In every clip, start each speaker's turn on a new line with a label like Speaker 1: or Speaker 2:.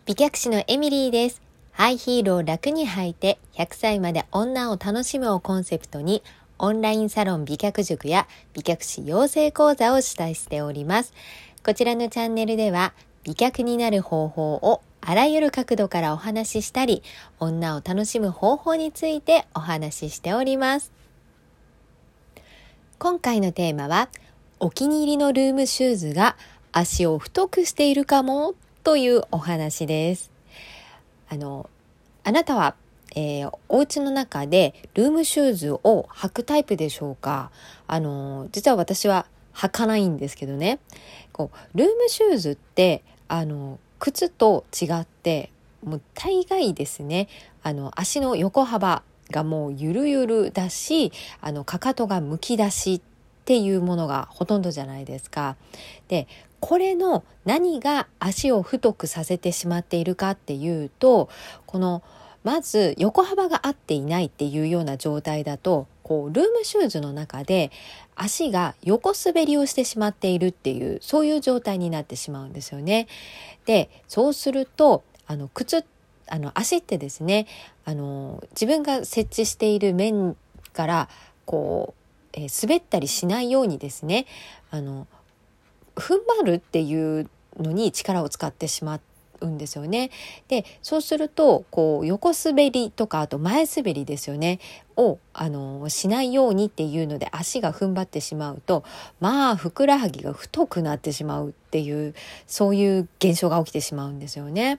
Speaker 1: 美脚師のエミリーです。ハイヒールを楽に履いて100歳まで女を楽しむをコンセプトにオンラインサロン美脚塾や美脚師養成講座を主催しております。こちらのチャンネルでは美脚になる方法をあらゆる角度からお話ししたり、女を楽しむ方法についてお話ししております。今回のテーマは、お気に入りのルームシューズが足を太くしているかもというお話です。あなたは、お家の中でルームシューズを履くタイプでしょうか？実は私は履かないんですけどね。ルームシューズって靴と違ってもう大概ですね、足の横幅がもうゆるゆるだし、かかとがむき出しっていうものがほとんどじゃないですか。で、これの何が足を太くさせてしまっているかっていうと、まず横幅が合っていないっていうような状態だと、ルームシューズの中で足が横滑りをしてしまっているっていう、そういう状態になってしまうんですよね。で、そうすると足ってですね、自分が設置している面から滑ったりしないようにですね、踏ん張るっていうのに力を使ってしまうんですよね。で、そうすると横滑りとか、あと前滑りですよねをしないようにっていうので足が踏ん張ってしまうと、ふくらはぎが太くなってしまうっていう、そういう現象が起きてしまうんですよね。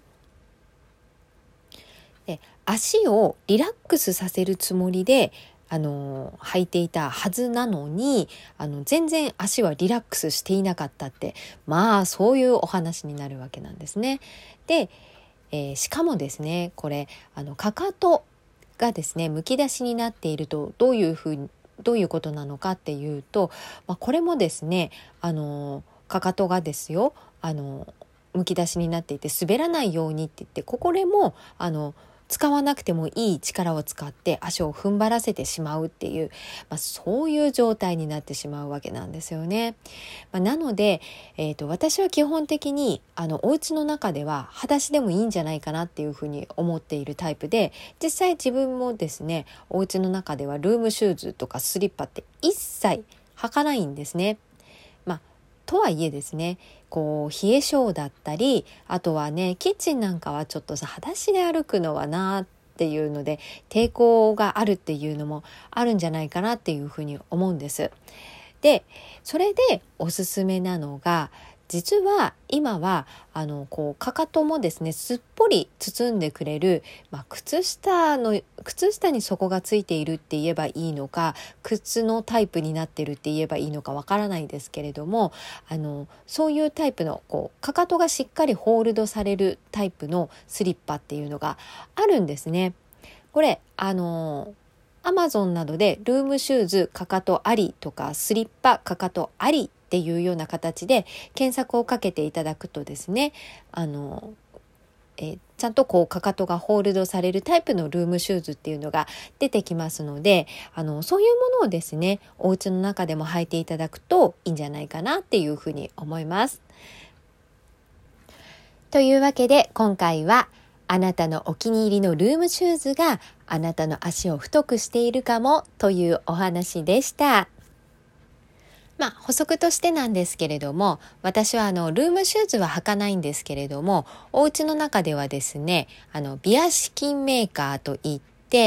Speaker 1: で、足をリラックスさせるつもりで履いていたはずなのに、全然足はリラックスしていなかったって、そういうお話になるわけなんですね。で、しかもですね、これかかとがですねむき出しになっているとどういうことなのかっていうと、これもですね、かかとがですよ、むき出しになっていて滑らないようにって言って、これも使わなくてもいい力を使って足を踏ん張らせてしまうっていう、そういう状態になってしまうわけなんですよね。なので、私は基本的にお家の中では裸足でもいいんじゃないかなっていうふうに思っているタイプで、実際自分もですね、お家の中ではルームシューズとかスリッパって一切履かないんですね。とはいえですね、冷え性だったり、あとはね、キッチンなんかはちょっと裸足で歩くのはなっていうので抵抗があるっていうのもあるんじゃないかなっていうふうに思うんです。で、それでおすすめなのが、実は今はかかともですねすっぽり包んでくれる、靴下に底がついているって言えばいいのか、靴のタイプになってるって言えばいいのかわからないですけれども、そういうタイプのかかとがしっかりホールドされるタイプのスリッパっていうのがあるんですね。これAmazon などでルームシューズかかとありとかスリッパかかとありっていうような形で検索をかけていただくとですね、ちゃんとかかとがホールドされるタイプのルームシューズっていうのが出てきますので、そういうものをですねお家の中でも履いていただくといいんじゃないかなっていうふうに思います。というわけで今回は、あなたのお気に入りのルームシューズがあなたの足を太くしているかもというお話でした。補足としてなんですけれども、私はルームシューズは履かないんですけれども、お家の中ではですね、ビアシキンメーカーといって、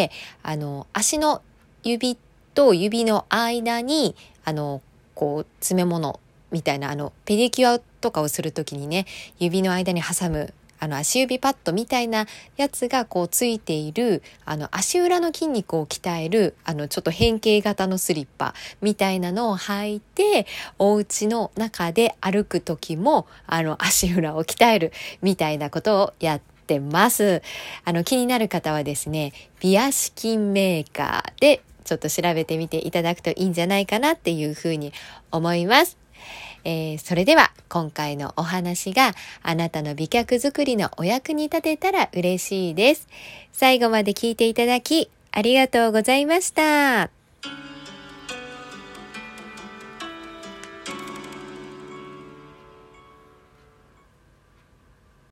Speaker 1: 足の指と指の間に詰め物みたいなペディキュアとかをするときにね、指の間に挟む足指パッドみたいなやつがついている足裏の筋肉を鍛えるちょっと変形型のスリッパみたいなのを履いて、お家の中で歩く時も足裏を鍛えるみたいなことをやってます。気になる方はですね、ビアシキンメーカーでちょっと調べてみていただくといいんじゃないかなっていうふうに思います。それでは今回のお話があなたの美脚作りのお役に立てたら嬉しいです。最後まで聞いていただきありがとうございました。